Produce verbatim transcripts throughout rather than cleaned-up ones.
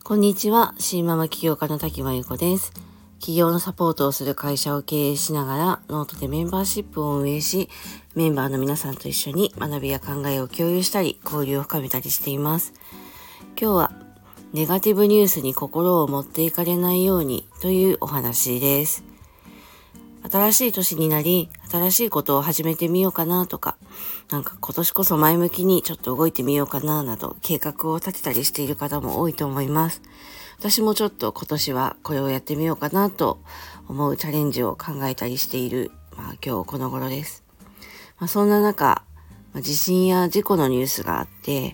こんにちは、新ママ起業家の滝真由子です。起業のサポートをする会社を経営しながら、ノートでメンバーシップを運営し、メンバーの皆さんと一緒に学びや考えを共有したり、交流を深めたりしています。今日は、ネガティブニュースに心を持っていかれないようにというお話です。新しい年になり、新しいことを始めてみようかなとか、なんか今年こそ前向きにちょっと動いてみようかななど計画を立てたりしている方も多いと思います。私もちょっと今年はこれをやってみようかなと思うチャレンジを考えたりしている、まあ、今日この頃です。まあ、そんな中、まあ、地震や事故のニュースがあって、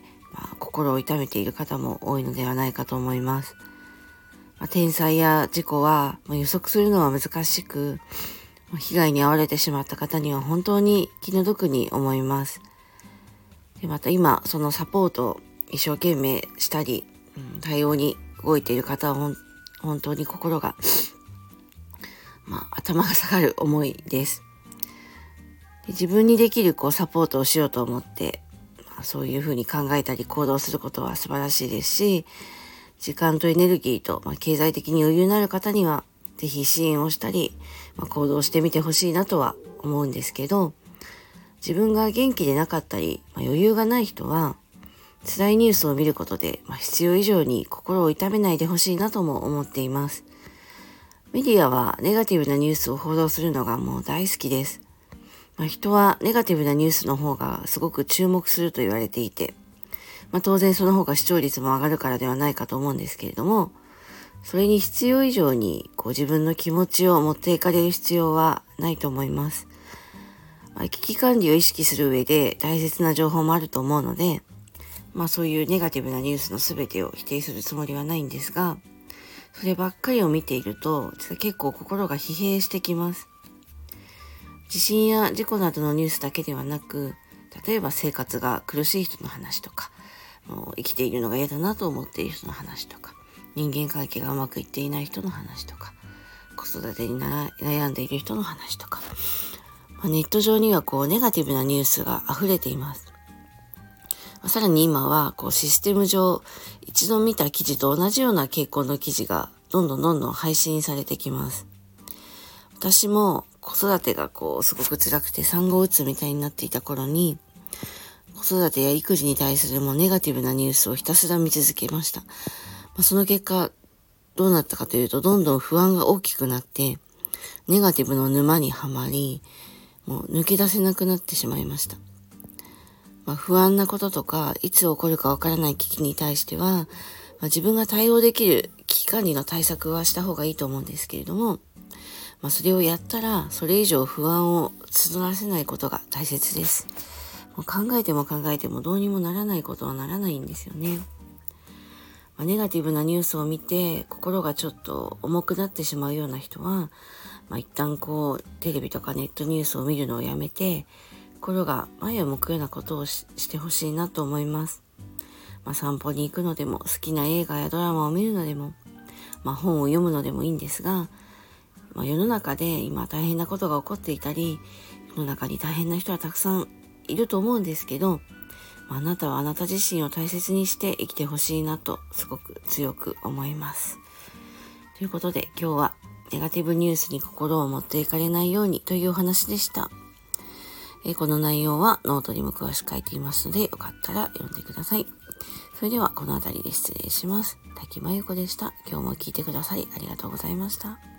まあ、心を痛めている方も多いのではないかと思います。まあ、天災や事故は、まあ、予測するのは難しく、被害に遭われてしまった方には本当に気の毒に思います。でまた今そのサポートを一生懸命したり、うん、対応に動いている方はほん本当に心が、まあ、頭が下がる思いです。で自分にできるこうサポートをしようと思って、まあ、そういうふうに考えたり行動することは素晴らしいですし、時間とエネルギーと、まあ、経済的に余裕のある方にはぜひ支援をしたり、まあ、行動してみてほしいなとは思うんですけど、自分が元気でなかったり、まあ、余裕がない人は辛いニュースを見ることで、まあ、必要以上に心を痛めないでほしいなとも思っています。メディアはネガティブなニュースを報道するのがもう大好きです。まあ、人はネガティブなニュースの方がすごく注目すると言われていて、まあ、当然その方が視聴率も上がるからではないかと思うんですけれども、それに必要以上にこう自分の気持ちを持っていかれる必要はないと思います。まあ、危機管理を意識する上で大切な情報もあると思うので、まあそういうネガティブなニュースの全てを否定するつもりはないんですが、そればっかりを見ていると実は結構心が疲弊してきます。地震や事故などのニュースだけではなく、例えば生活が苦しい人の話とか、もう生きているのが嫌だなと思っている人の話とか、人間関係がうまくいっていない人の話とか、子育てに悩んでいる人の話とか、まあ、ネット上にはこうネガティブなニュースが溢れています。まあ、さらに今はこうシステム上、一度見た記事と同じような傾向の記事がどんどんどんどん配信されてきます。私も子育てがこうすごく辛くて産後うつみたいになっていた頃に、子育てや育児に対するもうネガティブなニュースをひたすら見続けました。まあ、その結果どうなったかというと、どんどん不安が大きくなってネガティブの沼にはまり、もう抜け出せなくなってしまいました。まあ、不安なこととかいつ起こるかわからない危機に対しては、まあ、自分が対応できる危機管理の対策はした方がいいと思うんですけれども、まあ、それをやったらそれ以上不安を募らせないことが大切です。もう考えても考えてもどうにもならないことはならないんですよね。まあ、ネガティブなニュースを見て心がちょっと重くなってしまうような人は、まあ、一旦こうテレビとかネットニュースを見るのをやめて、心が前を向くようなことを し, してほしいなと思います。まあ、散歩に行くのでも、好きな映画やドラマを見るのでも、まあ、本を読むのでもいいんですが、まあ、世の中で今大変なことが起こっていたり、世の中に大変な人はたくさんいると思うんですけど、あなたはあなた自身を大切にして生きてほしいなとすごく強く思います。ということで今日はネガティブニュースに心を持っていかれないようにというお話でした。えこの内容はノートにも詳しく書いていますので、よかったら読んでください。それではこの辺りで失礼します。滝真由子でした。今日も聞いてくださりありがとうございました。